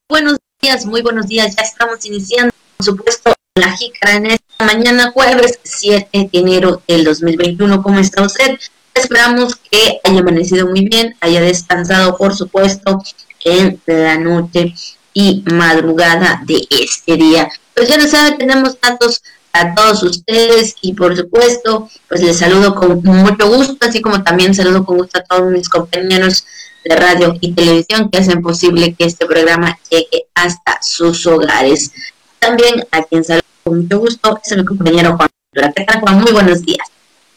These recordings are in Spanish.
Buenos días, muy buenos días. Ya estamos iniciando, por supuesto, la jícara en esta mañana, jueves 7 de enero del 2021. ¿Cómo está usted? Esperamos que haya amanecido muy bien, haya descansado, por supuesto, en la noche y madrugada de este día. Pues ya lo saben, tenemos datos a todos ustedes y, por supuesto, pues les saludo con mucho gusto, así como también saludo con gusto a todos mis compañeros de radio y televisión que hacen posible que este programa llegue hasta sus hogares. También a quien saludo con mucho gusto es mi compañero Juan. ¿Qué tal, Juan? Muy buenos días.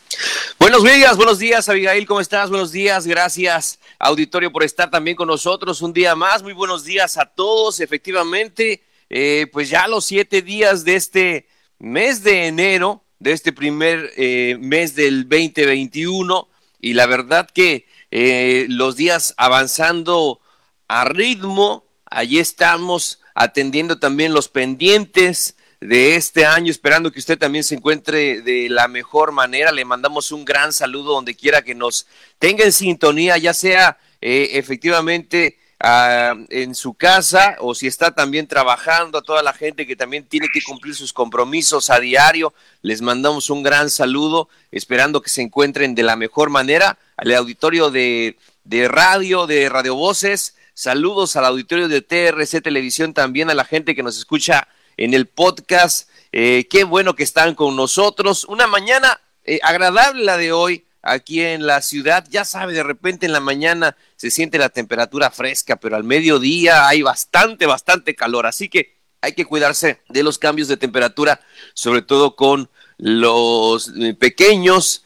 Buenos días, Abigail, ¿cómo estás? Buenos días, gracias, auditorio, por estar también con nosotros un día más. Muy buenos días a todos, efectivamente, pues ya los 7 días de este mes de enero, de este primer mes del 2021, y la verdad que los días avanzando a ritmo, allí estamos atendiendo también los pendientes de este año, esperando que usted también se encuentre de la mejor manera. Le mandamos un gran saludo donde quiera que nos tenga en sintonía, ya sea efectivamente en su casa o si está también trabajando. A toda la gente que también tiene que cumplir sus compromisos a diario, les mandamos un gran saludo, esperando que se encuentren de la mejor manera. Al auditorio de Radio Voces, saludos al auditorio de TRC Televisión, también a la gente que nos escucha en el podcast. Qué bueno que están con nosotros. Una mañana agradable la de hoy aquí en la ciudad. Ya sabe, de repente en la mañana se siente la temperatura fresca, pero al mediodía hay bastante calor. Así que hay que cuidarse de los cambios de temperatura, sobre todo con los pequeños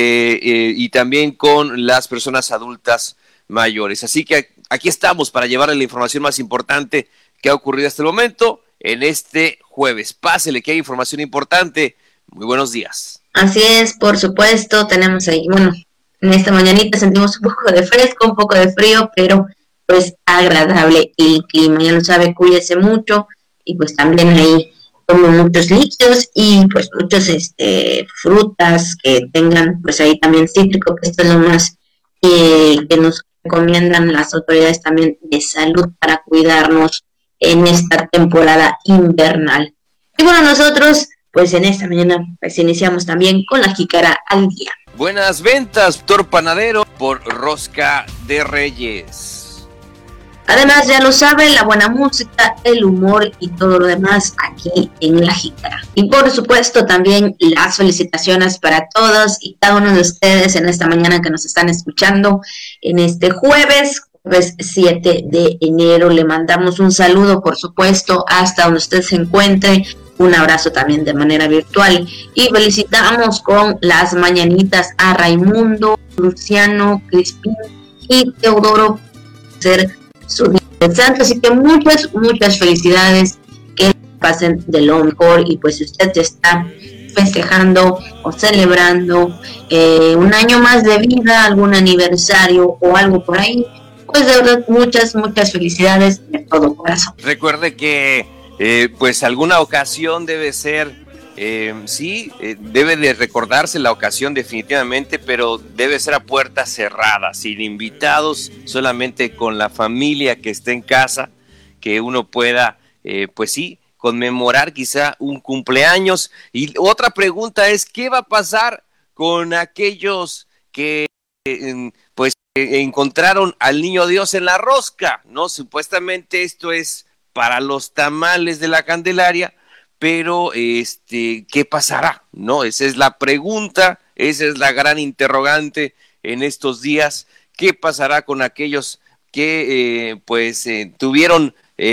y también con las personas adultas mayores. Así que aquí estamos para llevarle la información más importante que ha ocurrido hasta el momento en este jueves. Pásele, que hay información importante. Muy buenos días. Así es, por supuesto, tenemos ahí, bueno, en esta mañanita sentimos un poco de fresco, un poco de frío, pero pues agradable el clima. Ya lo sabe, cuídese mucho y pues también ahí como muchos líquidos y pues muchos frutas que tengan pues ahí también cítrico, que esto es lo más que nos recomiendan las autoridades también de salud para cuidarnos en esta temporada invernal. Y bueno, nosotros pues en esta mañana pues iniciamos también con la jícara al día. Buenas ventas, doctor Panadero, por Rosca de Reyes. Además, ya lo saben, la buena música, el humor y todo lo demás aquí en la jícara. Y por supuesto también las felicitaciones para todos y cada uno de ustedes en esta mañana que nos están escuchando en este jueves 7 de enero. Le mandamos un saludo, por supuesto, hasta donde usted se encuentre. Un abrazo también de manera virtual. Y felicitamos con las mañanitas a Raimundo, Luciano, Crispín y Teodoro por ser su día de santo. Así que muchas felicidades. Que pasen de lo mejor. Y pues si usted ya está festejando o celebrando un año más de vida, algún aniversario o algo por ahí, pues de verdad muchas felicidades de todo corazón. Recuerde que pues alguna ocasión debe ser, debe de recordarse la ocasión definitivamente, pero debe ser a puerta cerrada, sin invitados, solamente con la familia que esté en casa, que uno pueda, pues sí, conmemorar quizá un cumpleaños. Y otra pregunta es, ¿qué va a pasar con aquellos que pues encontraron al niño Dios en la rosca? ¿No? Supuestamente esto es para los tamales de la Candelaria, pero ¿qué pasará? ¿No? Esa es la pregunta, esa es la gran interrogante en estos días. ¿Qué pasará con aquellos que tuvieron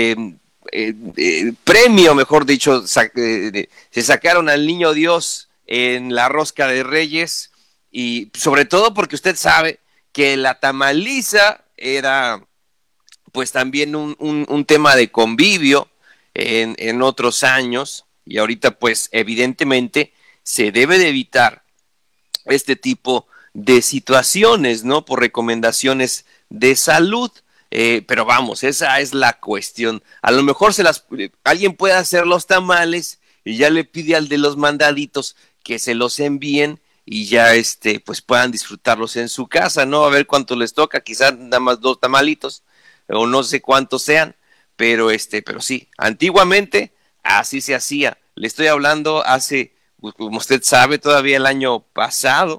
premio, mejor dicho, se sacaron al niño Dios en la rosca de Reyes? Y sobre todo porque usted sabe que la tamaliza era pues también un tema de convivio en otros años, y ahorita pues evidentemente se debe de evitar este tipo de situaciones, ¿no? Por recomendaciones de salud, pero vamos, esa es la cuestión. A lo mejor alguien puede hacer los tamales y ya le pide al de los mandaditos que se los envíen y ya pues puedan disfrutarlos en su casa, ¿no? A ver cuánto les toca, quizás nada más 2 tamalitos o no sé cuántos sean, pero sí, antiguamente así se hacía. Le estoy hablando hace, como usted sabe, todavía el año pasado,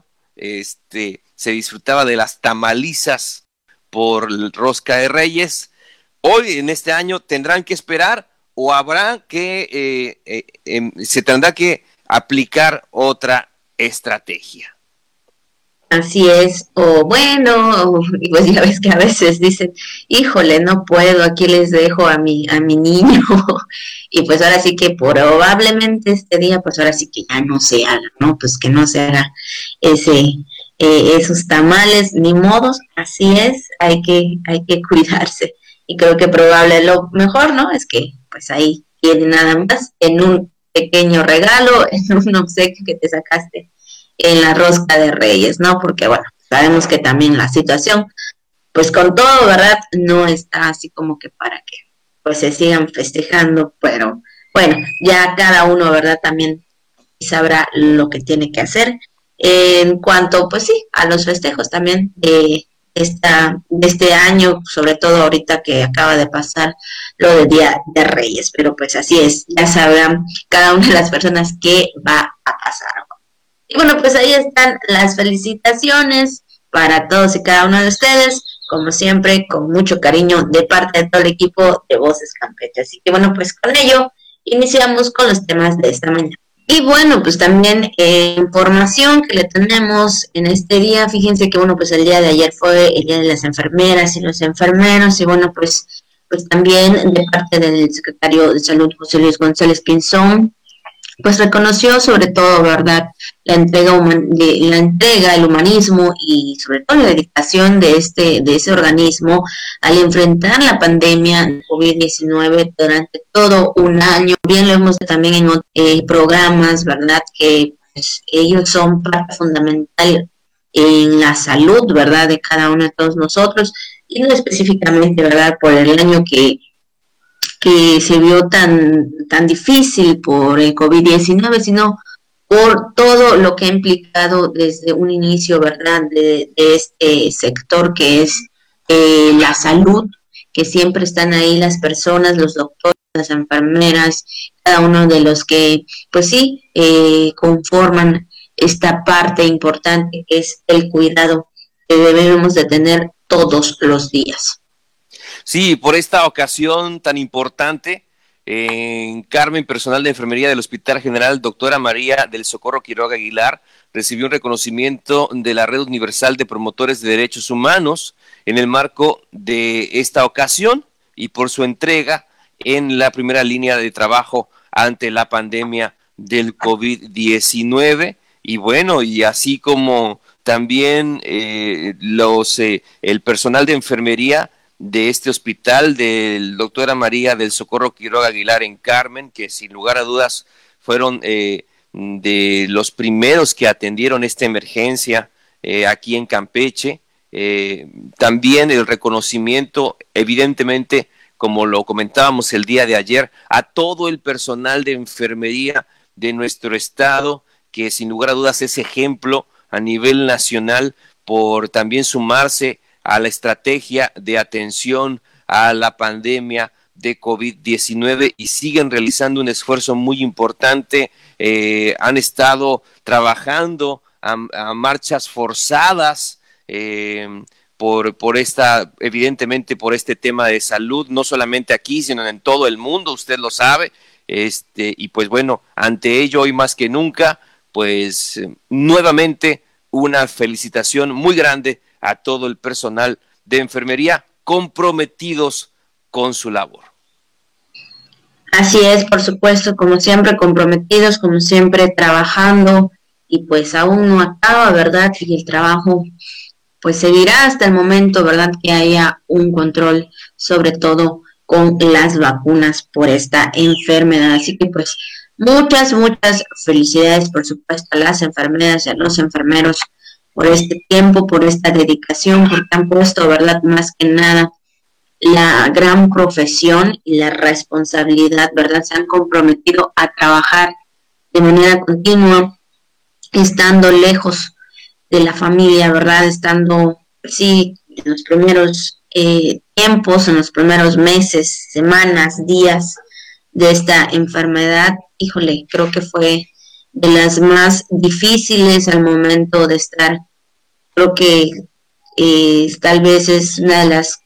se disfrutaba de las tamalizas por el Rosca de Reyes. Hoy, en este año, tendrán que esperar o habrá que, se tendrá que aplicar otra estrategia. Así es, o bueno, y pues ya ves que a veces dicen, híjole, no puedo, aquí les dejo a mi niño, y pues ahora sí que probablemente este día, pues ahora sí que ya no se haga, ¿no? Pues que no se haga ese, esos tamales, ni modos, así es, hay que cuidarse, y creo que probable lo mejor, ¿no? Es que pues ahí tiene nada más en un pequeño regalo, en un obsequio que te sacaste en la rosca de Reyes, ¿no? Porque bueno, sabemos que también la situación, pues con todo, ¿verdad? No está así como que para que pues se sigan festejando, pero bueno, ya cada uno, ¿verdad? También sabrá lo que tiene que hacer. En cuanto, pues sí, a los festejos también de este año, sobre todo ahorita que acaba de pasar lo del Día de Reyes, pero pues así es, ya sabrán cada una de las personas qué va a pasar. Y bueno, pues ahí están las felicitaciones para todos y cada uno de ustedes, como siempre, con mucho cariño de parte de todo el equipo de Voces Campeche. Así que bueno, pues con ello iniciamos con los temas de esta mañana. Y bueno, pues también información que le tenemos en este día, fíjense que bueno, pues el día de ayer fue el día de las enfermeras y los enfermeros, y bueno, pues también de parte del secretario de Salud, José Luis González Pinzón, pues reconoció sobre todo, ¿verdad?, la entrega, el humanismo y sobre todo la dedicación de ese organismo al enfrentar la pandemia COVID-19 durante todo un año. Bien lo hemos también en programas, ¿verdad?, que pues, ellos son parte fundamental en la salud, ¿verdad?, de cada uno de todos nosotros, y no específicamente, ¿verdad?, por el año que se vio tan difícil por el COVID-19, sino por todo lo que ha implicado desde un inicio, ¿verdad?, de este sector que es la salud, que siempre están ahí las personas, los doctores, las enfermeras, cada uno de los que, pues sí, conforman esta parte importante que es el cuidado que debemos de tener todos los días. Sí, por esta ocasión tan importante, Carmen, personal de enfermería del Hospital General Doctora María del Socorro Quiroga Aguilar, recibió un reconocimiento de la Red Universal de Promotores de Derechos Humanos en el marco de esta ocasión y por su entrega en la primera línea de trabajo ante la pandemia del COVID-19. Y bueno, y así como también el personal de enfermería de este hospital del doctora María del Socorro Quiroga Aguilar en Carmen, que sin lugar a dudas fueron de los primeros que atendieron esta emergencia aquí en Campeche. También el reconocimiento, evidentemente, como lo comentábamos el día de ayer, a todo el personal de enfermería de nuestro estado, que sin lugar a dudas es ejemplo a nivel nacional por también sumarse a la estrategia de atención a la pandemia de COVID-19 y siguen realizando un esfuerzo muy importante. Han estado trabajando a marchas forzadas evidentemente por este tema de salud, no solamente aquí, sino en todo el mundo, usted lo sabe. Y pues bueno, ante ello, hoy más que nunca, pues nuevamente una felicitación muy grande a todo el personal de enfermería comprometidos con su labor. Así es, por supuesto, como siempre comprometidos, como siempre trabajando, y pues aún no acaba, ¿verdad? Y el trabajo pues seguirá hasta el momento, ¿verdad?, que haya un control, sobre todo con las vacunas por esta enfermedad. Así que pues muchas felicidades, por supuesto, a las enfermeras y a los enfermeros por este tiempo, por esta dedicación, porque han puesto, ¿verdad?, más que nada la gran profesión y la responsabilidad, ¿verdad? Se han comprometido a trabajar de manera continua, estando lejos de la familia, ¿verdad? Estando, sí, en los primeros tiempos, en los primeros meses, semanas, días de esta enfermedad, híjole, creo que fue de las más difíciles al momento de estar. Creo que tal vez es una de las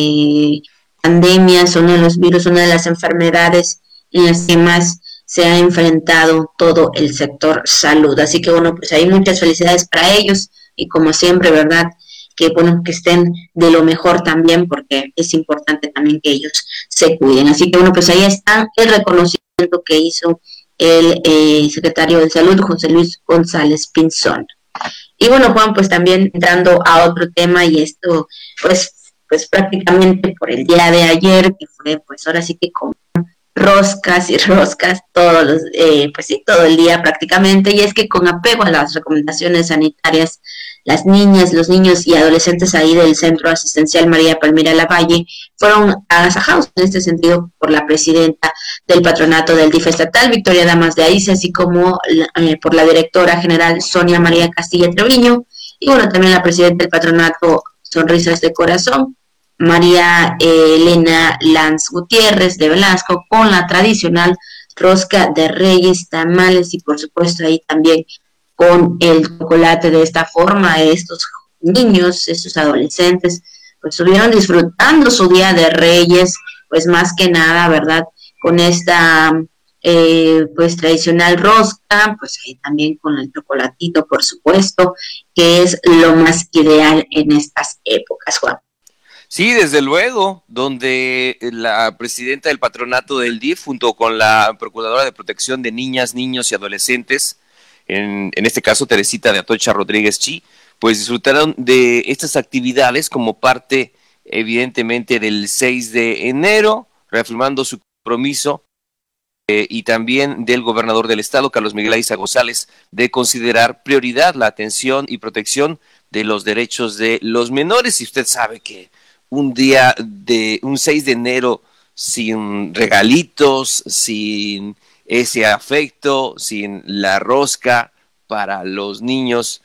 pandemias, uno de los virus, una de las enfermedades en las que más se ha enfrentado todo el sector salud. Así que bueno, pues hay muchas felicidades para ellos y como siempre, ¿verdad? Que bueno, que estén de lo mejor también porque es importante también que ellos se cuiden. Así que bueno, pues ahí está el reconocimiento que hizo el secretario de Salud, José Luis González Pinzón. Y bueno, Juan, pues también entrando a otro tema y esto, pues prácticamente por el día de ayer, que fue pues ahora sí que con roscas y roscas todos los, pues sí, todo el día prácticamente, y es que con apego a las recomendaciones sanitarias, las niñas, los niños y adolescentes ahí del Centro Asistencial María Palmira Lavalle fueron agasajados en este sentido por la presidenta del patronato del DIF estatal, Victoria Damas de Aiza, así como por la directora general Sonia María Castilla Treviño, y bueno, también la presidenta del patronato Sonrisas de Corazón, María Elena Lanz Gutiérrez de Velasco, con la tradicional rosca de reyes, tamales y por supuesto ahí también con el chocolate. De esta forma estos niños, estos adolescentes, pues estuvieron disfrutando su día de reyes, pues más que nada, ¿verdad? Con esta pues tradicional rosca, pues ahí también con el chocolatito, por supuesto, que es lo más ideal en estas épocas, Juan. Sí, desde luego, donde la presidenta del patronato del DIF, junto con la Procuradora de Protección de Niñas, Niños y Adolescentes, en este caso Teresita de Atocha Rodríguez Chi, pues disfrutaron de estas actividades como parte, evidentemente, del 6 de enero, reafirmando su compromiso y también del gobernador del estado, Carlos Miguel Aiza González, de considerar prioridad la atención y protección de los derechos de los menores. Y usted sabe que un 6 de enero sin regalitos, sin ese afecto, sin la rosca para los niños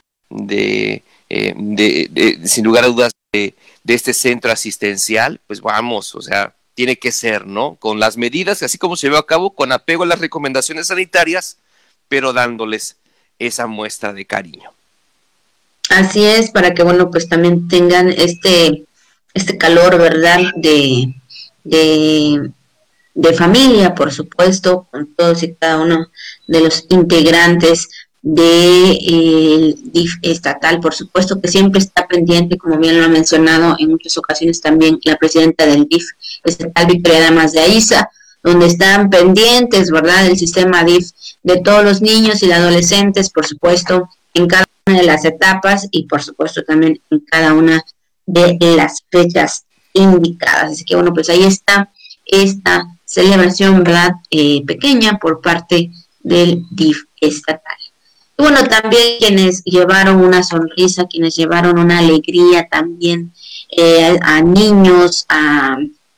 sin lugar a dudas de este centro asistencial, pues vamos, o sea, tiene que ser, ¿no? Con las medidas, así como se llevó a cabo, con apego a las recomendaciones sanitarias, pero dándoles esa muestra de cariño. Así es, para que, bueno, pues también tengan este calor, ¿verdad? De familia, por supuesto, con todos y cada uno de los integrantes del DIF estatal, por supuesto que siempre está pendiente, como bien lo ha mencionado en muchas ocasiones también la presidenta del DIF estatal, Victoria Damas de Aiza, donde están pendientes, ¿verdad?, el sistema DIF de todos los niños y adolescentes, por supuesto, en cada una de las etapas y por supuesto también en cada una de las fechas indicadas. Así que bueno, pues ahí está esta celebración, ¿verdad?, pequeña por parte del DIF estatal. Y bueno, también quienes llevaron una sonrisa, quienes llevaron una alegría también a niños, a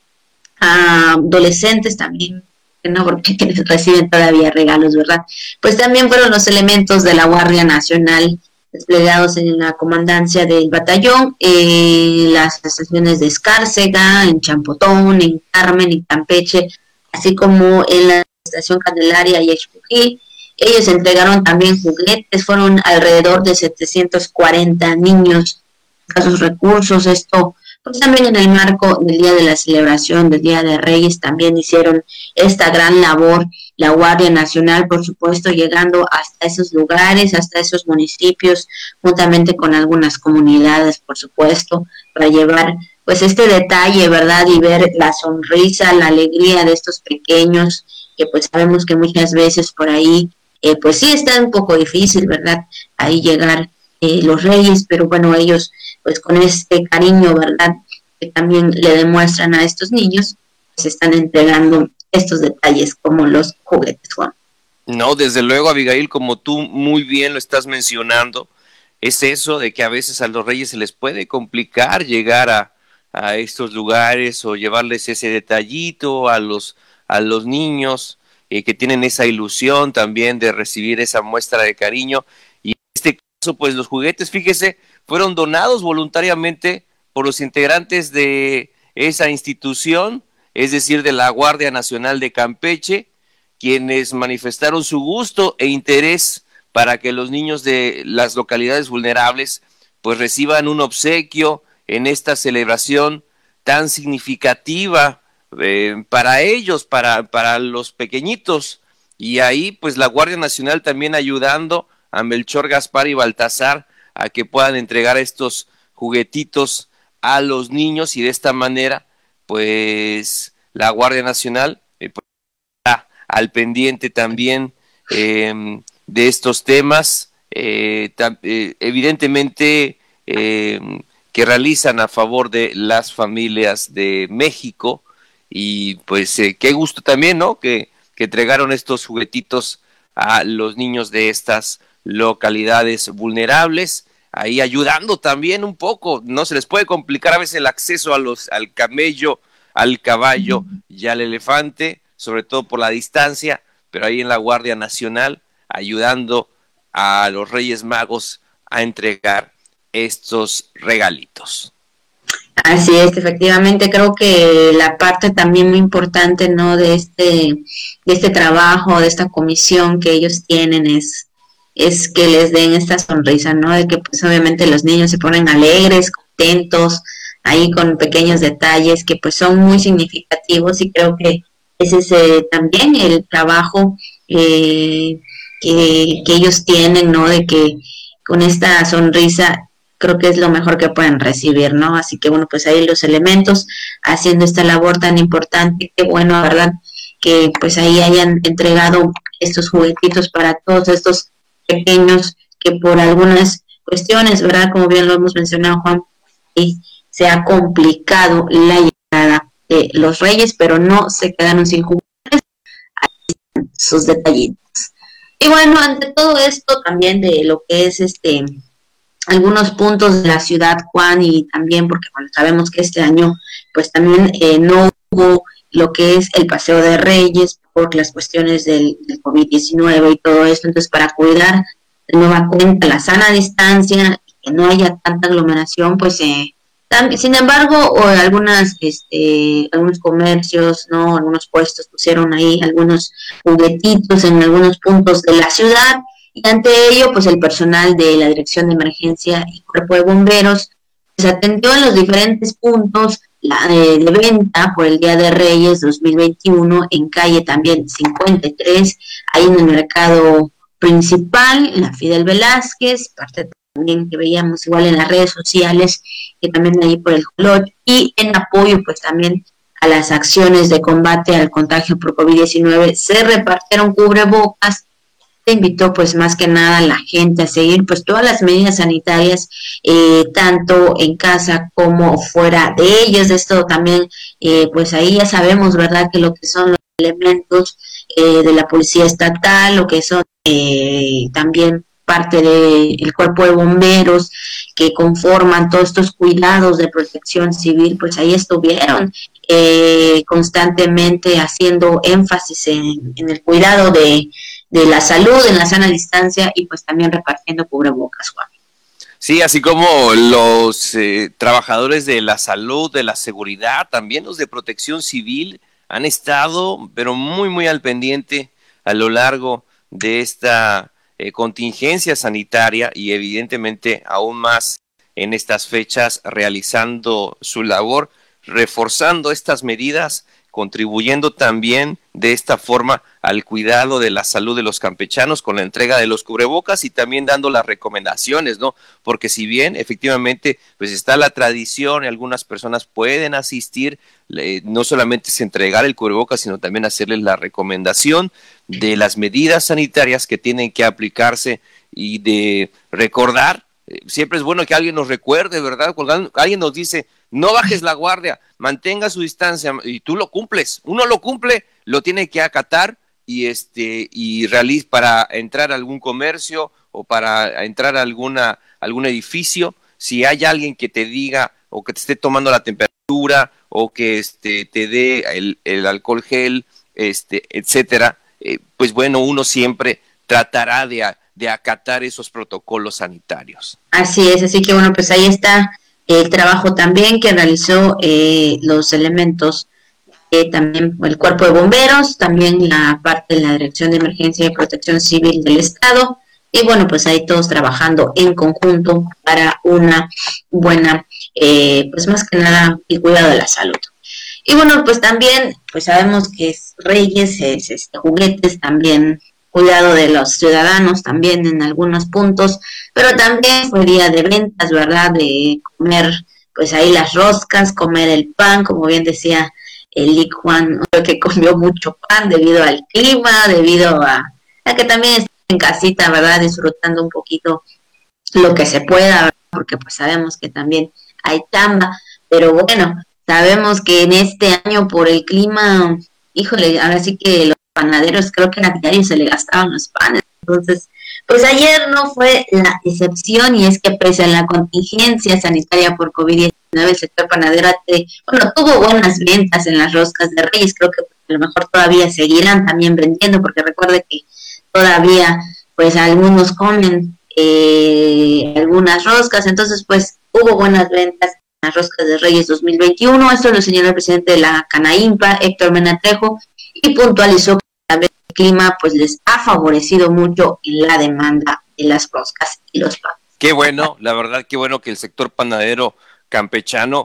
adolescentes también, no, porque quienes reciben todavía regalos, ¿verdad? Pues también fueron los elementos de la Guardia Nacional desplegados en la comandancia del batallón, las estaciones de Escárcega, en Champotón, en Carmen, en Campeche, así como en la estación Candelaria y Expují. Ellos entregaron también juguetes, fueron alrededor de 740 niños, escasos recursos. Esto, pues también en el marco del día de la celebración del Día de Reyes, también hicieron esta gran labor la Guardia Nacional, por supuesto, llegando hasta esos lugares, hasta esos municipios, juntamente con algunas comunidades, por supuesto, para llevar pues este detalle, ¿verdad? Y ver la sonrisa, la alegría de estos pequeños, que pues sabemos que muchas veces por ahí, pues sí está un poco difícil, ¿verdad? Ahí llegar los reyes, pero bueno, ellos pues con este cariño, ¿verdad?, que también le demuestran a estos niños, pues están entregando estos detalles como los juguetes, Juan. No, desde luego, Abigail, como tú muy bien lo estás mencionando, es eso de que a veces a los reyes se les puede complicar llegar a estos lugares o llevarles ese detallito a los niños que tienen esa ilusión también de recibir esa muestra de cariño. Y en este caso, pues los juguetes, fíjese, fueron donados voluntariamente por los integrantes de esa institución, es decir, de la Guardia Nacional de Campeche, quienes manifestaron su gusto e interés para que los niños de las localidades vulnerables pues reciban un obsequio en esta celebración tan significativa para ellos, para los pequeñitos. Y ahí pues la Guardia Nacional también ayudando a Melchor, Gaspar y Baltasar a que puedan entregar estos juguetitos a los niños, y de esta manera pues la Guardia Nacional pues, está al pendiente también de estos temas, evidentemente que realizan a favor de las familias de México. Y pues qué gusto también, ¿no? Que entregaron estos juguetitos a los niños de estas localidades vulnerables, ahí ayudando también un poco. No se les puede complicar a veces el acceso al camello, al caballo y al elefante, sobre todo por la distancia, pero ahí en la Guardia Nacional ayudando a los Reyes Magos a entregar estos regalitos. Así es, efectivamente, creo que la parte también muy importante, ¿no?, de este trabajo, de esta comisión que ellos tienen es que les den esta sonrisa, ¿no?, de que pues obviamente los niños se ponen alegres, contentos, ahí con pequeños detalles que pues son muy significativos, y creo que ese es también el trabajo que ellos tienen, ¿no?, de que con esta sonrisa creo que es lo mejor que pueden recibir, ¿no? Así que bueno, pues ahí los elementos haciendo esta labor tan importante, qué bueno, ¿verdad?, que pues ahí hayan entregado estos juguetitos para todos estos pequeños que por algunas cuestiones, ¿verdad?, como bien lo hemos mencionado, Juan, se ha complicado la llegada de los Reyes, pero no se quedaron sin juguetes, ahí están sus detallitos. Y bueno, ante todo esto también de lo que es algunos puntos de la ciudad, Juan, y también porque bueno, sabemos que este año pues también no hubo lo que es el Paseo de Reyes por las cuestiones del COVID-19 y todo esto, entonces para cuidar de nueva cuenta la sana distancia y que no haya tanta aglomeración, pues sin embargo, o algunos comercios, ¿no?, algunos puestos pusieron ahí algunos juguetitos en algunos puntos de la ciudad. Y ante ello, pues el personal de la Dirección de Emergencia y Cuerpo de Bomberos pues atendió en los diferentes puntos de venta por el Día de Reyes 2021 en calle también 53, ahí en el mercado principal, en la Fidel Velázquez, parte también que veíamos igual en las redes sociales, que también ahí por el Jolot, y en apoyo pues también a las acciones de combate al contagio por COVID-19, se repartieron cubrebocas. Se invitó pues más que nada a la gente a seguir pues todas las medidas sanitarias, tanto en casa como fuera de ellas. Esto también pues ahí ya sabemos, ¿verdad?, que lo que son los elementos de la policía estatal, lo que son también parte del cuerpo de bomberos que conforman todos estos cuidados de protección civil, pues ahí estuvieron constantemente haciendo énfasis en el cuidado de la salud, en la sana distancia, y pues también repartiendo cubrebocas, Juan. Sí, así como los trabajadores de la salud, de la seguridad, también los de protección civil han estado, pero muy, muy al pendiente a lo largo de esta contingencia sanitaria, y evidentemente aún más en estas fechas realizando su labor, reforzando estas medidas, contribuyendo también de esta forma al cuidado de la salud de los campechanos con la entrega de los cubrebocas y también dando las recomendaciones, ¿no? Porque si bien efectivamente pues está la tradición y algunas personas pueden asistir, no solamente es entregar el cubrebocas, sino también hacerles la recomendación de las medidas sanitarias que tienen que aplicarse y de recordar. Siempre es bueno que alguien nos recuerde, ¿verdad? Cuando alguien nos dice, no bajes la guardia, mantenga su distancia, y tú lo cumples. Uno lo cumple, lo tiene que acatar y realiza para entrar a algún comercio o para entrar a algún edificio. Si hay alguien que te diga o que te esté tomando la temperatura o que te dé el alcohol gel, etcétera, pues bueno, uno siempre tratará de acatar esos protocolos sanitarios. Así es, así que bueno, pues ahí está el trabajo también que realizó los elementos, también el cuerpo de bomberos, también la parte de la Dirección de Emergencia y Protección Civil del Estado, y bueno, pues ahí todos trabajando en conjunto para una buena, pues más que nada, el cuidado de la salud. Y bueno, pues también, pues sabemos que es Reyes, es juguetes, también cuidado de los ciudadanos, también en algunos puntos, pero también fue día de ventas, ¿verdad? De comer, pues ahí las roscas, comer el pan, como bien decía el Lic Juan, creo que comió mucho pan debido al clima, debido a que también está en casita, ¿verdad? Disfrutando un poquito lo que se pueda, ¿verdad? Porque pues sabemos que también hay chamba, pero bueno, sabemos que en este año por el clima, híjole, ahora sí que los panaderos creo que a diario se le gastaban los panes, entonces pues ayer no fue la excepción y es que pese a la contingencia sanitaria por COVID-19 el sector panadero bueno, tuvo buenas ventas en las roscas de Reyes, creo que a lo mejor todavía seguirán también vendiendo porque recuerde que todavía pues algunos comen algunas roscas, entonces pues hubo buenas ventas en las roscas de Reyes 2021, esto lo señaló el presidente de la Canaimpa, Héctor Menatrejo, y puntualizó que también el clima pues les ha favorecido mucho en la demanda de las roscas y los panes. Qué bueno, la verdad, qué bueno que el sector panadero campechano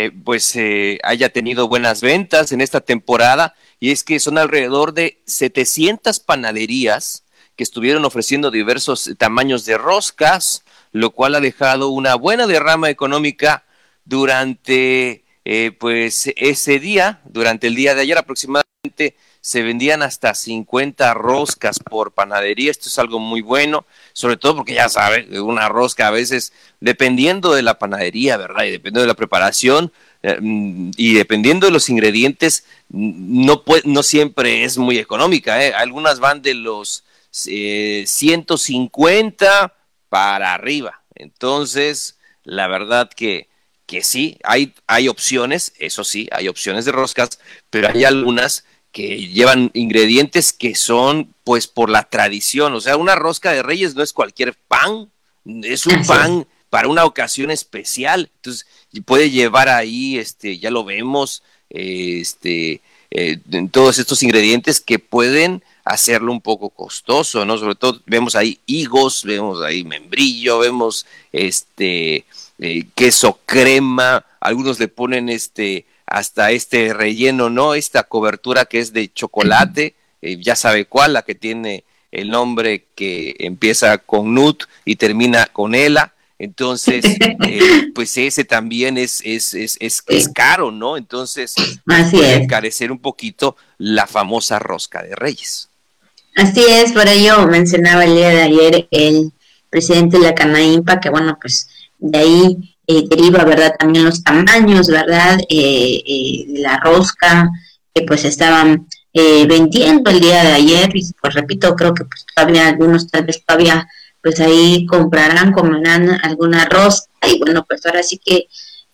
haya tenido buenas ventas en esta temporada, y es que son alrededor de 700 panaderías que estuvieron ofreciendo diversos tamaños de roscas, lo cual ha dejado una buena derrama económica durante ese día. Durante el día de ayer aproximadamente se vendían hasta 50 roscas por panadería. Esto es algo muy bueno, sobre todo porque ya sabe, una rosca a veces, dependiendo de la panadería, ¿verdad? Y dependiendo de la preparación, y dependiendo de los ingredientes, no siempre es muy económica, ¿eh? Algunas van de los 150 para arriba. Entonces, la verdad que sí, hay opciones, eso sí, hay opciones de roscas, pero hay algunas que llevan ingredientes que son pues por la tradición. O sea, una rosca de Reyes no es cualquier pan, es un pan para una ocasión especial. Entonces puede llevar ahí, ya lo vemos, todos estos ingredientes que pueden hacerlo un poco costoso, ¿no? Sobre todo vemos ahí higos, vemos ahí membrillo, vemos queso crema, algunos le ponen hasta relleno, ¿no? Esta cobertura que es de chocolate, ya sabe cuál, la que tiene el nombre que empieza con Nut y termina con Ela. Entonces, pues ese también es caro, ¿no? Entonces, puede encarecer un poquito la famosa rosca de Reyes. Así es, por ello mencionaba el día de ayer el presidente de la Canaimpa, que bueno, pues de ahí deriva, ¿verdad? También los tamaños, ¿verdad? La rosca que pues estaban vendiendo el día de ayer, y pues repito, creo que pues todavía algunos tal vez todavía pues ahí comerán alguna rosca, y bueno, pues ahora sí que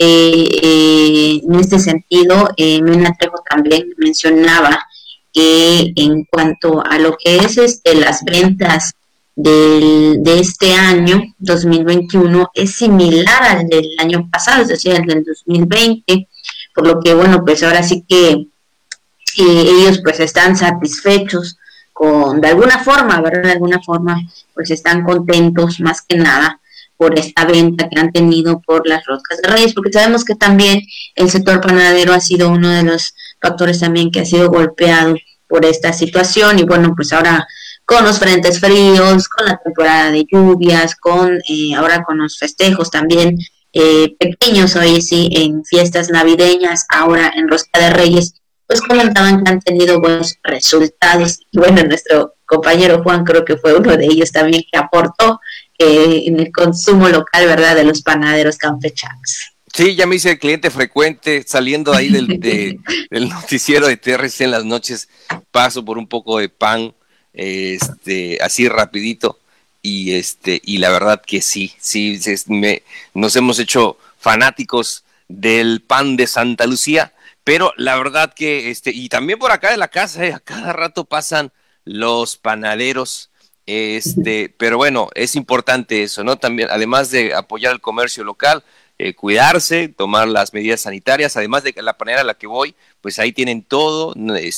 en este sentido, Mena Trejo también mencionaba que en cuanto a lo que es las ventas de este año 2021 es similar al del año pasado, es decir, al del 2020, por lo que bueno, pues ahora sí que ellos pues están satisfechos de alguna forma, ¿verdad? De alguna forma pues están contentos más que nada por esta venta que han tenido por las roscas de Reyes, porque sabemos que también el sector panadero ha sido uno de los factores también que ha sido golpeado por esta situación, y bueno, pues ahora con los frentes fríos, con la temporada de lluvias, ahora con los festejos también pequeños, hoy sí, en fiestas navideñas, ahora en Rosca de Reyes, pues comentaban que han tenido buenos resultados. Y bueno, nuestro compañero Juan creo que fue uno de ellos también que aportó en el consumo local, ¿verdad?, de los panaderos campechanos. Sí, ya me hice el cliente frecuente, saliendo ahí del noticiero de TRC en las noches, paso por un poco de pan, así rapidito, y la verdad que sí, nos hemos hecho fanáticos del pan de Santa Lucía, pero la verdad que, y también por acá de la casa, a cada rato pasan los panaderos, pero bueno, es importante eso, ¿no? También, además de apoyar el comercio local, cuidarse, tomar las medidas sanitarias, además de que la panera a la que voy, pues ahí tienen todo,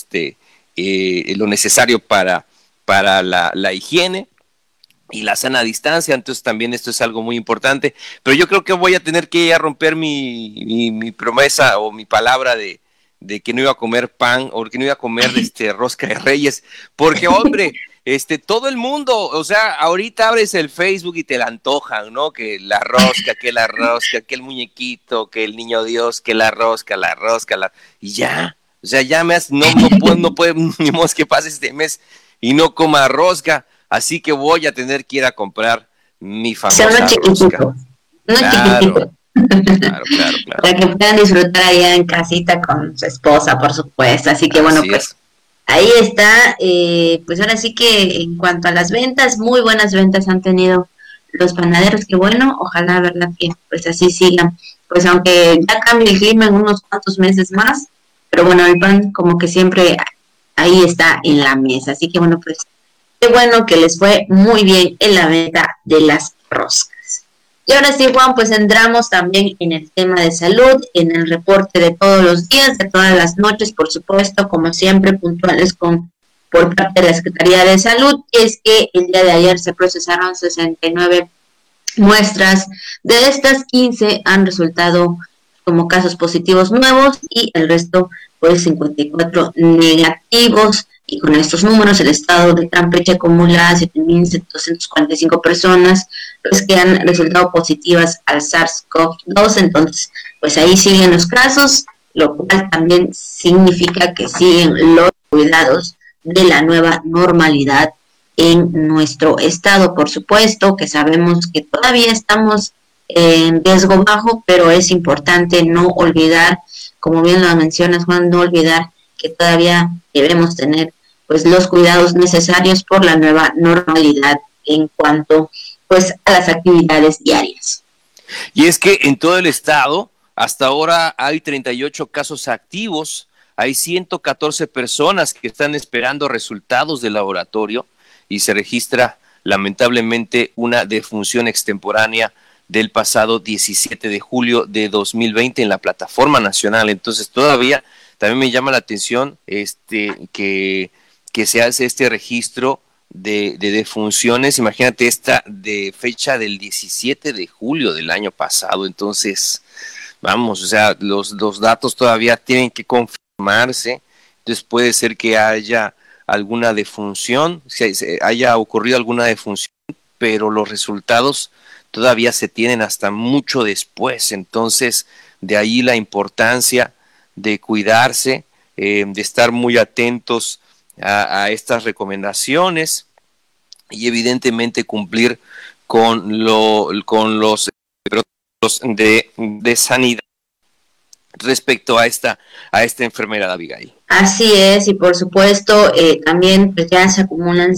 lo necesario para la higiene y la sana distancia, entonces también esto es algo muy importante, pero yo creo que voy a tener que ya romper mi promesa o mi palabra de que no iba a comer pan o que no iba a comer rosca de Reyes, porque hombre, todo el mundo, o sea, ahorita abres el Facebook y te la antojan, ¿no? Que la rosca, que el muñequito, que el niño Dios, que la rosca, y ya, o sea, ya no puedo, ni modo que pase este mes y no coma rosca, así que voy a tener que ir a comprar mi famosa rosca. Claro. Para que puedan disfrutar allá en casita con su esposa, por supuesto. Así que bueno, pues ahí está. Pues ahora sí que en cuanto a las ventas, muy buenas ventas han tenido los panaderos. Que bueno, ojalá, verdad, que pues así sigan. Pues aunque ya cambie el clima en unos cuantos meses más, pero bueno, el pan como que siempre ahí está en la mesa. Así que bueno, pues qué bueno que les fue muy bien en la venta de las roscas. Y ahora sí, Juan, pues entramos también en el tema de salud, en el reporte de todos los días, de todas las noches, por supuesto, como siempre, puntuales por parte de la Secretaría de Salud. Es que el día de ayer se procesaron 69 muestras, de estas 15 han resultado como casos positivos nuevos y el resto, pues 54 negativos. Y con estos números, el estado de Campeche acumula 7.245 personas pues, que han resultado positivas al SARS-CoV-2. Entonces, pues ahí siguen los casos, lo cual también significa que siguen los cuidados de la nueva normalidad en nuestro estado. Por supuesto que sabemos que todavía estamos en riesgo bajo, pero es importante no olvidar, como bien lo mencionas, Juan, no olvidar que todavía debemos tener pues los cuidados necesarios por la nueva normalidad en cuanto pues a las actividades diarias. Y es que en todo el estado hasta ahora hay 38 casos activos, hay 114 personas que están esperando resultados del laboratorio y se registra lamentablemente una defunción extemporánea del pasado 17 de julio de 2020 en la plataforma nacional. Entonces todavía también me llama la atención que se hace este registro de defunciones. Imagínate esta de fecha del 17 de julio del año pasado. Entonces, vamos, o sea, los datos todavía tienen que confirmarse. Entonces puede ser que haya alguna defunción, haya ocurrido alguna defunción, pero los resultados todavía se tienen hasta mucho después. Entonces, de ahí la importancia de cuidarse, de estar muy atentos a estas recomendaciones y evidentemente cumplir con los protocolos de sanidad respecto a esta enfermedad, Abigail. Así es, y por supuesto también pues ya se acumulan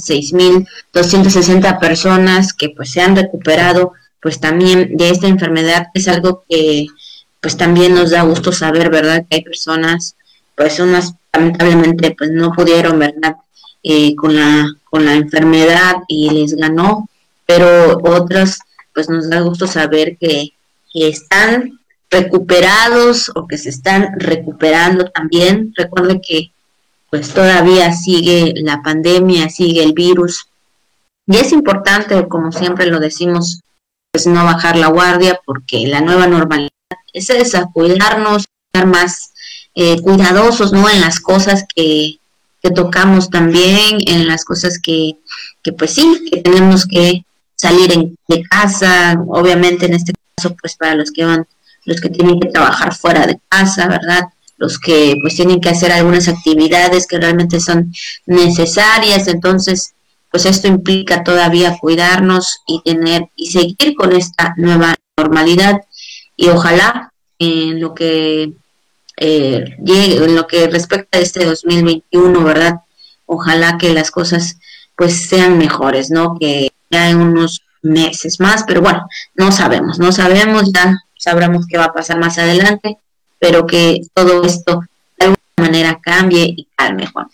6.260 personas que pues se han recuperado pues también de esta enfermedad. Es algo que pues también nos da gusto saber, ¿verdad? Que hay personas, pues unas lamentablemente pues no pudieron, ¿verdad? Con la enfermedad y les ganó, pero otras pues nos da gusto saber que están recuperados o que se están recuperando también. Recuerde que pues todavía sigue la pandemia, sigue el virus y es importante, como siempre lo decimos, pues no bajar la guardia, porque la nueva normalidad es esa, cuidarnos, estar más cuidadosos, ¿no? En las cosas que tocamos también, en las cosas que pues sí, que tenemos que salir de casa, obviamente en este caso pues para los que tienen que trabajar fuera de casa, ¿verdad? Los que pues tienen que hacer algunas actividades que realmente son necesarias. Entonces pues esto implica todavía cuidarnos y seguir con esta nueva normalidad, y ojalá en lo que llegue, en lo que respecta a este 2021, ¿verdad? Ojalá que las cosas pues sean mejores, ¿no? Que ya en unos meses más, pero bueno, no sabemos, ya sabremos qué va a pasar más adelante, pero que todo esto de alguna manera cambie y calme, Juan.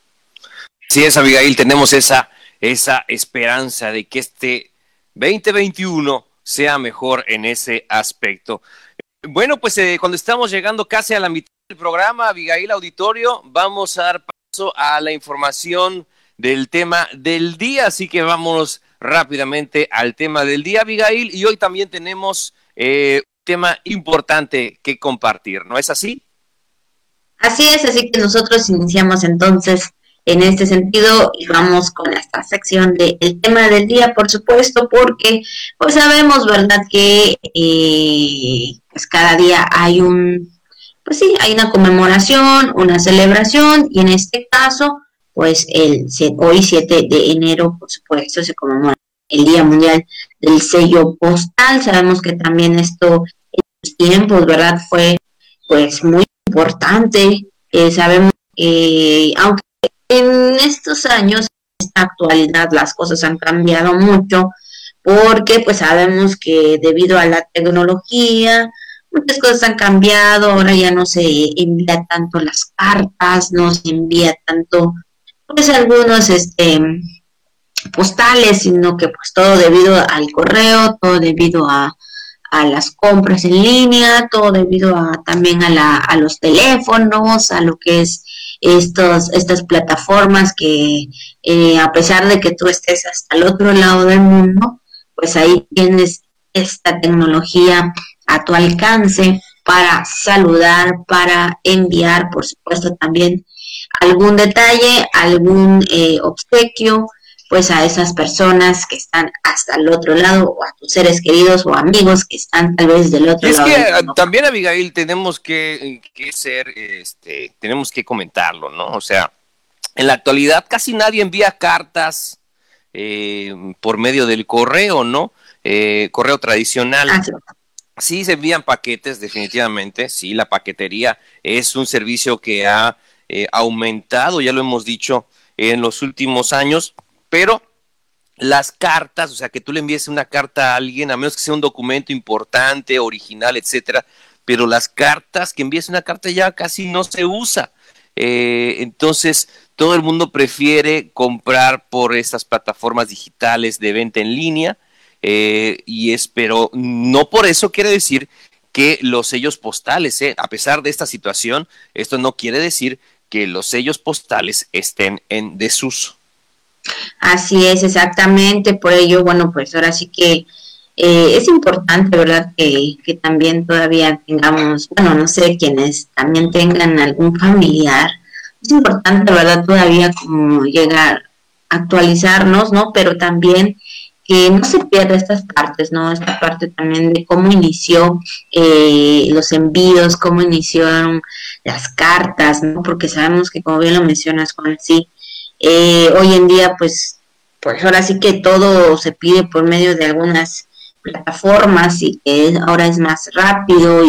Sí es, Abigail, tenemos esa esperanza de que este 2021 sea mejor en ese aspecto. Bueno, pues cuando estamos llegando casi a la mitad del programa, Abigail, auditorio, vamos a dar paso a la información del tema del día, así que vámonos rápidamente al tema del día, Abigail, y hoy también tenemos un tema importante que compartir, ¿no es así? Así es, así que nosotros iniciamos entonces en este sentido y vamos con esta sección del tema del día, por supuesto, porque pues sabemos, ¿verdad?, que pues cada día hay pues sí, hay una conmemoración, una celebración, y en este caso, pues hoy 7 de enero, por supuesto, se conmemora el Día Mundial del Sello Postal. Sabemos que también esto en los tiempos, ¿verdad?, fue pues muy importante. Sabemos que aunque en estos años, en esta actualidad, las cosas han cambiado mucho, porque pues sabemos que debido a la tecnología muchas cosas han cambiado. Ahora ya no se envía tanto las cartas, no se envía tanto pues algunos postales, sino que pues todo debido al correo, todo debido a las compras en línea, todo debido también a los teléfonos, a lo que es estas plataformas que a pesar de que tú estés hasta el otro lado del mundo, pues ahí tienes esta tecnología a tu alcance para saludar, para enviar, por supuesto, también algún detalle, algún obsequio, pues a esas personas que están hasta el otro lado, o a tus seres queridos o amigos que están tal vez del otro lado. Y es que también, Abigail, tenemos que ser, tenemos que comentarlo, ¿no? O sea, en la actualidad casi nadie envía cartas por medio del correo, ¿no? Correo tradicional. Sí se envían paquetes, definitivamente, sí, la paquetería es un servicio que ha aumentado, ya lo hemos dicho, en los últimos años, pero las cartas, o sea, que tú le envíes una carta a alguien, a menos que sea un documento importante, original, etcétera, pero las cartas, que envíes una carta ya casi no se usa. Entonces, todo el mundo prefiere comprar por estas plataformas digitales de venta en línea, pero no por eso quiere decir que los sellos postales, a pesar de esta situación, esto no quiere decir que los sellos postales estén en desuso. Así es, exactamente. Por ello, bueno, pues ahora sí que es importante, ¿verdad?, que también todavía tengamos, bueno, no sé, quienes también tengan algún familiar, es importante, ¿verdad?, todavía como llegar a actualizarnos, ¿no? Pero también que no se pierda estas partes, ¿no? Esta parte también de cómo inició los envíos, cómo iniciaron las cartas, ¿no? Porque sabemos que, como bien lo mencionas, Juan, sí, hoy en día, pues ahora sí que todo se pide por medio de algunas plataformas, y que ahora es más rápido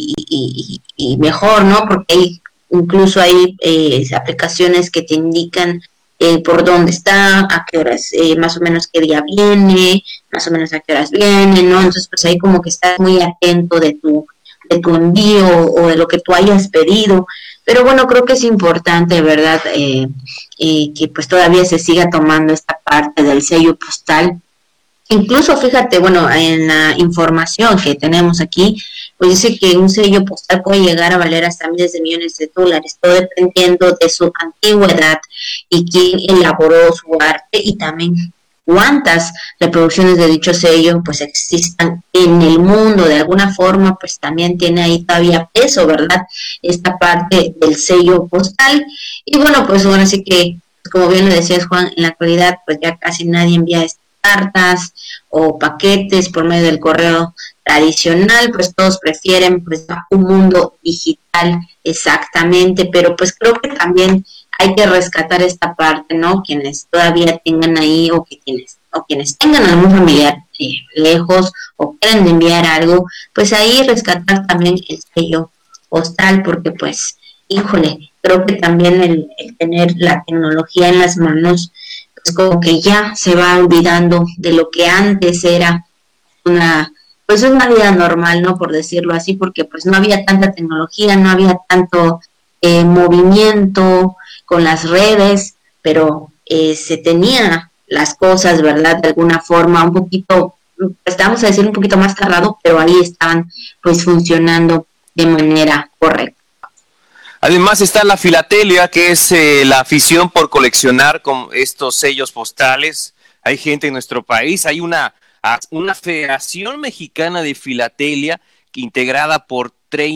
y mejor, ¿no? Porque incluso hay aplicaciones que te indican por dónde está, a qué horas, más o menos qué día viene, más o menos a qué horas viene, ¿no? Entonces, pues ahí como que estás muy atento de tu envío o de lo que tú hayas pedido. Pero bueno, creo que es importante, ¿verdad?, que pues todavía se siga tomando esta parte del sello postal. Incluso, fíjate, bueno, en la información que tenemos aquí, pues dice que un sello postal puede llegar a valer hasta miles de millones de dólares, todo dependiendo de su antigüedad y quién elaboró su arte, y también cuántas reproducciones de dicho sello pues existan en el mundo. De alguna forma, pues también tiene ahí todavía peso, ¿verdad?, esta parte del sello postal. Y bueno, pues ahora sí que, como bien lo decías, Juan, en la actualidad pues ya casi nadie envía cartas o paquetes por medio del correo tradicional, pues todos prefieren pues un mundo digital, exactamente. Pero pues creo que también hay que rescatar esta parte, ¿no? Quienes todavía tengan ahí, o quienes tengan algún familiar lejos o quieran enviar algo, pues ahí rescatar también el sello postal, porque pues, híjole, creo que también el tener la tecnología en las manos, pues como que ya se va olvidando de lo que antes era una vida normal, ¿no?, por decirlo así, porque pues no había tanta tecnología, no había tanto movimiento con las redes, pero se tenía las cosas, ¿verdad?, de alguna forma un poquito pues vamos a decir un poquito más tardado, pero ahí estaban pues funcionando de manera correcta. Además está la filatelia, que es la afición por coleccionar con estos sellos postales. Hay gente en nuestro país, hay una Federación Mexicana de Filatelia integrada por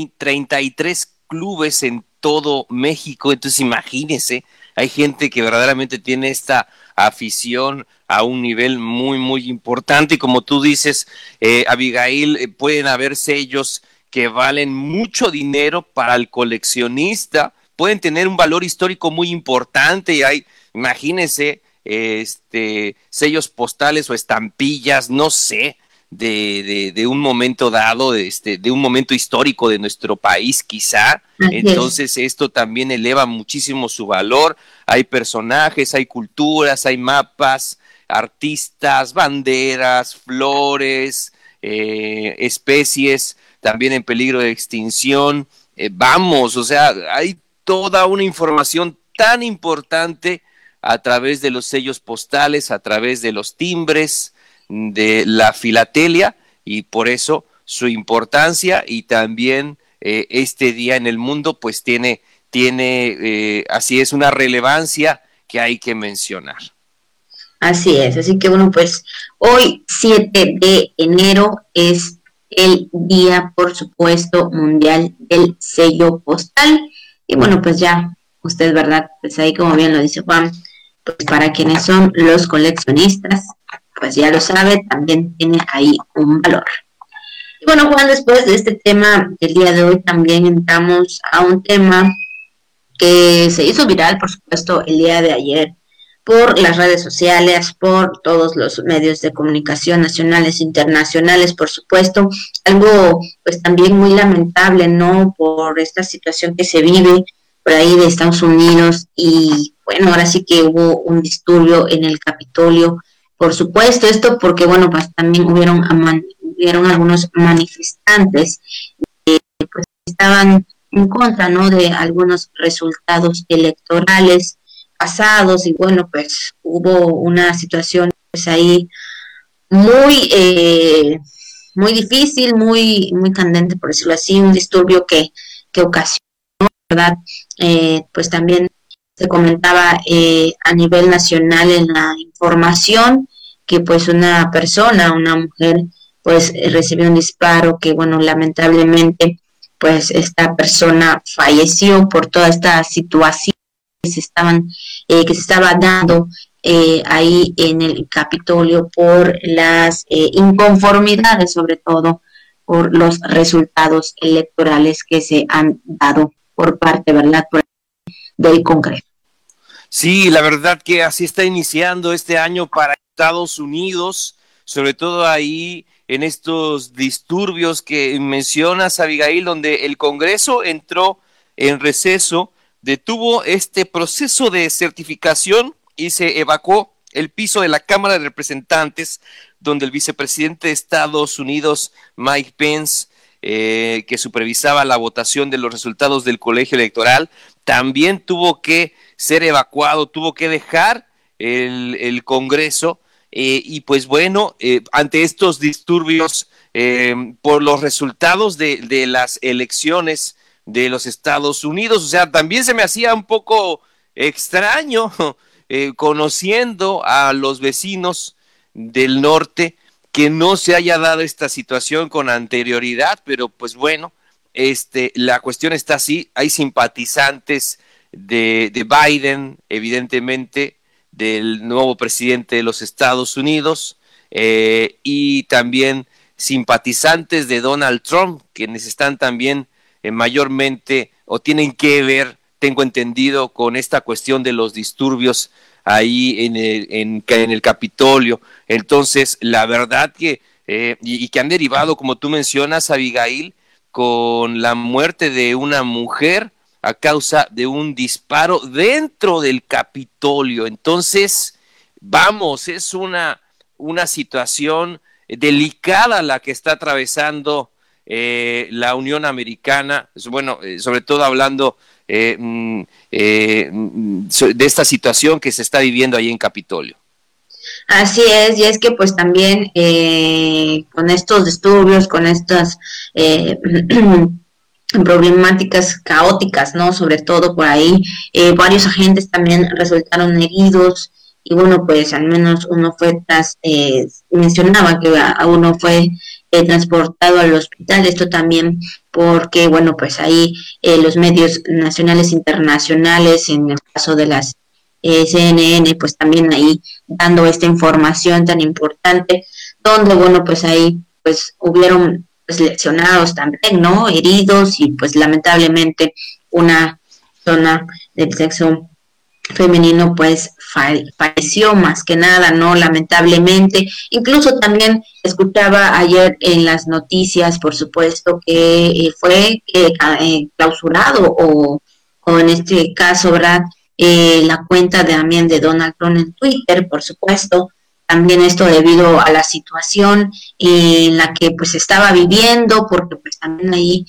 33 clubes en todo México. Entonces imagínense, hay gente que verdaderamente tiene esta afición a un nivel muy, muy importante. Y como tú dices, Abigail, pueden haber sellos que valen mucho dinero para el coleccionista, pueden tener un valor histórico muy importante y hay, imagínense, sellos postales o estampillas, no sé, de un momento dado, de un momento histórico de nuestro país quizá. Entonces esto también eleva muchísimo su valor. Hay personajes, hay culturas, hay mapas, artistas, banderas, flores, especies también en peligro de extinción. O sea, hay toda una información tan importante a través de los sellos postales, a través de los timbres, de la filatelia, y por eso su importancia y también este día en el mundo pues tiene así es, una relevancia que hay que mencionar. Así es, así que bueno, pues hoy 7 de enero es el día, por supuesto, mundial del sello postal. Y bueno, pues ya, usted, ¿verdad? Pues ahí, como bien lo dice Juan, pues para quienes son los coleccionistas, pues ya lo sabe, también tiene ahí un valor. Y bueno, Juan, después de este tema del día de hoy, también entramos a un tema que se hizo viral, por supuesto, el día de ayer, por las redes sociales, por todos los medios de comunicación nacionales e internacionales, por supuesto, algo pues también muy lamentable, ¿no? Por esta situación que se vive por ahí de Estados Unidos y bueno, ahora sí que hubo un disturbio en el Capitolio, por supuesto, esto porque bueno, pues también hubieron algunos manifestantes que pues estaban en contra, ¿no? De algunos resultados electorales pasados y bueno, pues hubo una situación pues ahí muy difícil, muy candente, por decirlo así, un disturbio que ocasionó, ¿verdad? Pues también se comentaba a nivel nacional en la información que pues una mujer, pues recibió un disparo que bueno, lamentablemente pues esta persona falleció por toda esta situación que se estaba dando ahí en el Capitolio por las inconformidades, sobre todo por los resultados electorales que se han dado por parte, ¿verdad?, del Congreso. Sí, la verdad que así está iniciando este año para Estados Unidos, sobre todo ahí en estos disturbios que mencionas, Abigail, donde el Congreso entró en receso, detuvo este proceso de certificación y se evacuó el piso de la Cámara de Representantes, donde el vicepresidente de Estados Unidos, Mike Pence, que supervisaba la votación de los resultados del colegio electoral, también tuvo que ser evacuado, tuvo que dejar el Congreso, y pues bueno, ante estos disturbios por los resultados de las elecciones de los Estados Unidos, o sea, también se me hacía un poco extraño conociendo a los vecinos del norte que no se haya dado esta situación con anterioridad, pero pues bueno, la cuestión está así, hay simpatizantes de Biden, evidentemente, del nuevo presidente de los Estados Unidos, y también simpatizantes de Donald Trump, quienes están también mayormente o tienen que ver, tengo entendido, con esta cuestión de los disturbios ahí en el Capitolio. Entonces, la verdad que, y que han derivado, como tú mencionas, Abigail, con la muerte de una mujer a causa de un disparo dentro del Capitolio. Entonces, vamos, es una situación delicada la que está atravesando la Unión Americana, bueno, sobre todo hablando de esta situación que se está viviendo ahí en Capitolio. Así es, y es que pues también con estos disturbios, con estas problemáticas caóticas, ¿no? Sobre todo por ahí, varios agentes también resultaron heridos y bueno, pues al menos uno fue mencionaba que a uno fue transportado al hospital, esto también porque bueno, pues ahí los medios nacionales e internacionales, en el caso de las CNN, pues también ahí dando esta información tan importante, donde bueno, pues ahí pues hubieron pues lesionados también, ¿no? Heridos y pues lamentablemente una persona del sexo femenino pues falleció más que nada, ¿no? Lamentablemente. Incluso también escuchaba ayer en las noticias, por supuesto, que fue clausurado o en este caso, ¿verdad? La cuenta también de Donald Trump en Twitter, por supuesto, también esto debido a la situación en la que pues estaba viviendo, porque pues también ahí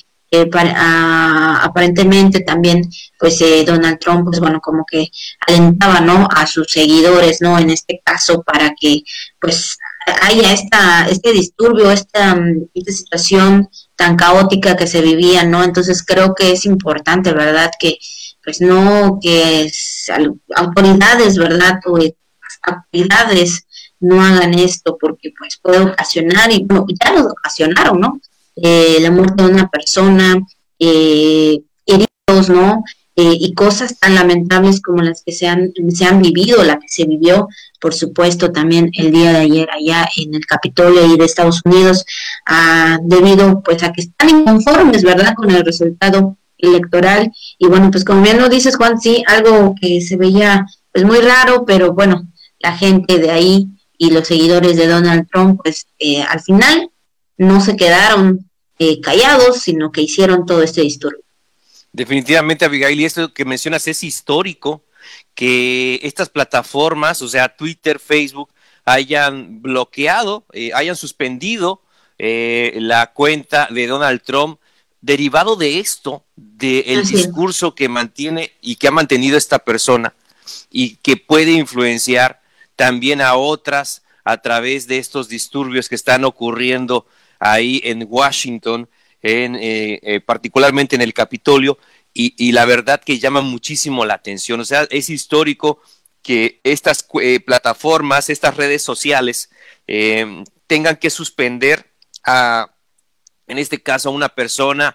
aparentemente también pues Donald Trump pues bueno como que alentaba, ¿no?, a sus seguidores, ¿no?, en este caso para que pues haya este disturbio, esta situación tan caótica que se vivía, ¿no? Entonces creo que es importante, ¿verdad?, que pues no, que autoridades, ¿verdad?, o autoridades no hagan esto porque pues puede ocasionar, y bueno, ya lo ocasionaron, ¿no?, la muerte de una persona, heridos, ¿no? Y cosas tan lamentables como las que se han vivido, la que se vivió, por supuesto, también el día de ayer allá en el Capitolio y de Estados Unidos, debido pues a que están inconformes, ¿verdad?, con el resultado electoral. Y bueno, pues como bien lo dices, Juan, sí, algo que se veía pues muy raro, pero bueno, la gente de ahí y los seguidores de Donald Trump, pues al final no se quedaron callados, sino que hicieron todo este disturbio. Definitivamente, Abigail, y esto que mencionas es histórico, que estas plataformas, o sea, Twitter, Facebook, hayan bloqueado, hayan suspendido la cuenta de Donald Trump, derivado de esto, del discurso que mantiene y que ha mantenido esta persona, y que puede influenciar también a otras a través de estos disturbios que están ocurriendo ahí en Washington, particularmente en el Capitolio, y la verdad que llama muchísimo la atención. O sea, es histórico que estas plataformas, estas redes sociales, tengan que suspender en este caso a una persona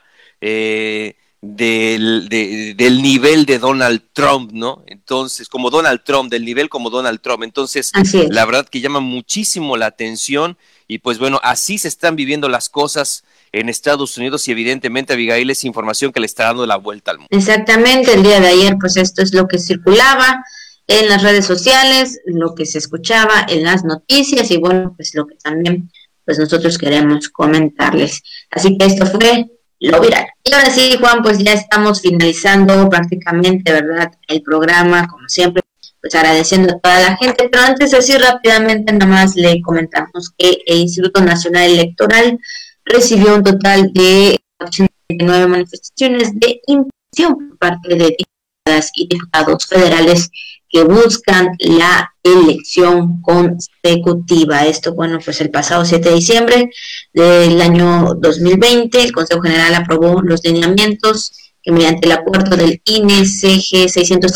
del nivel de Donald Trump, ¿no? Entonces, como Donald Trump, del nivel como Donald Trump. Entonces, la verdad que llama muchísimo la atención. Y pues bueno, así se están viviendo las cosas en Estados Unidos, y evidentemente, Abigail, es información que le está dando la vuelta al mundo. Exactamente, el día de ayer pues esto es lo que circulaba en las redes sociales, lo que se escuchaba en las noticias y bueno, pues lo que también pues nosotros queremos comentarles. Así que esto fue lo viral. Y ahora sí, Juan, pues ya estamos finalizando prácticamente, ¿verdad?, el programa, como siempre, pues agradeciendo a toda la gente, pero antes de decir rápidamente, nada más le comentamos que el Instituto Nacional Electoral recibió un total de 89 manifestaciones de intención por parte de diputadas y diputados federales que buscan la elección consecutiva. Esto, bueno, pues el pasado 7 de diciembre del año 2020, el Consejo General aprobó los lineamientos que mediante el acuerdo del INE CG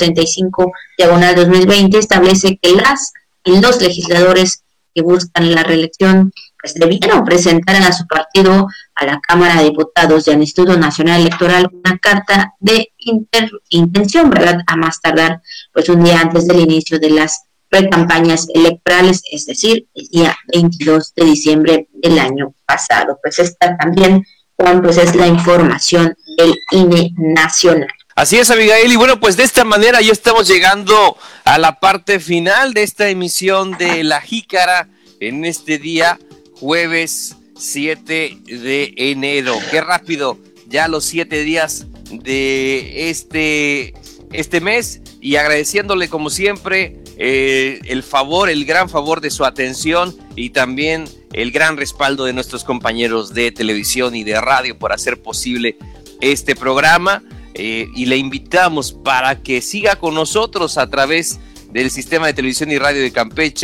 635/2020 establece que las y los legisladores que buscan la reelección pues debieron presentar a su partido, a la Cámara de Diputados y al Instituto Nacional Electoral una carta de intención, ¿verdad?, a más tardar pues un día antes del inicio de las precampañas electorales, es decir, el día 22 de diciembre del año pasado. Pues esta también, Juan, pues es la información del INE nacional. Así es, Abigail, y bueno, pues de esta manera ya estamos llegando a la parte final de esta emisión de La Jícara en este día, jueves 7 de enero. Qué rápido, ya los 7 días de este mes, y agradeciéndole como siempre el gran favor de su atención y también el gran respaldo de nuestros compañeros de televisión y de radio por hacer posible este programa. Y le invitamos para que siga con nosotros a través del sistema de televisión y radio de Campeche,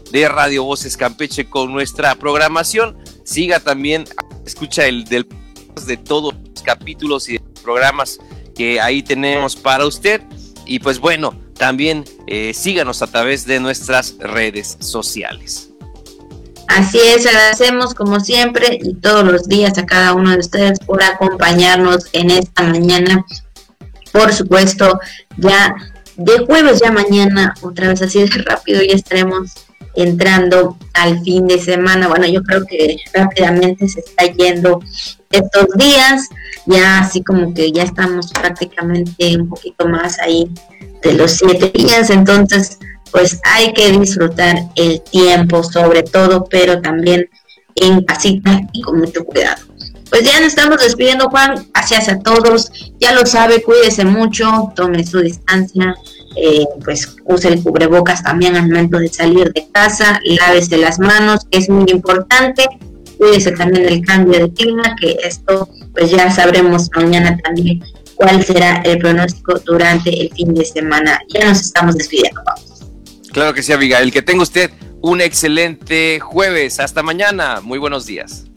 de Radio Voces Campeche con nuestra programación. Siga también, escucha de todos los capítulos y programas que ahí tenemos para usted. Y pues bueno, también síganos a través de nuestras redes sociales. Así es, agradecemos como siempre y todos los días a cada uno de ustedes por acompañarnos en esta mañana. Por supuesto, ya de jueves, ya mañana, otra vez así de rápido, ya estaremos entrando al fin de semana. Bueno, yo creo que rápidamente se está yendo estos días, ya así como que ya estamos prácticamente un poquito más ahí de los 7 días, entonces pues hay que disfrutar el tiempo sobre todo, pero también en casita y con mucho cuidado. Pues ya nos estamos despidiendo, Juan, gracias a todos, ya lo sabe, cuídese mucho, tome su distancia, pues use el cubrebocas también al momento de salir de casa, lávese las manos, que es muy importante, cuídese también del cambio de clima, que esto pues ya sabremos mañana también cuál será el pronóstico durante el fin de semana. Ya nos estamos despidiendo, Juan. Claro que sí, Abigail. Que tenga usted un excelente jueves. Hasta mañana. Muy buenos días.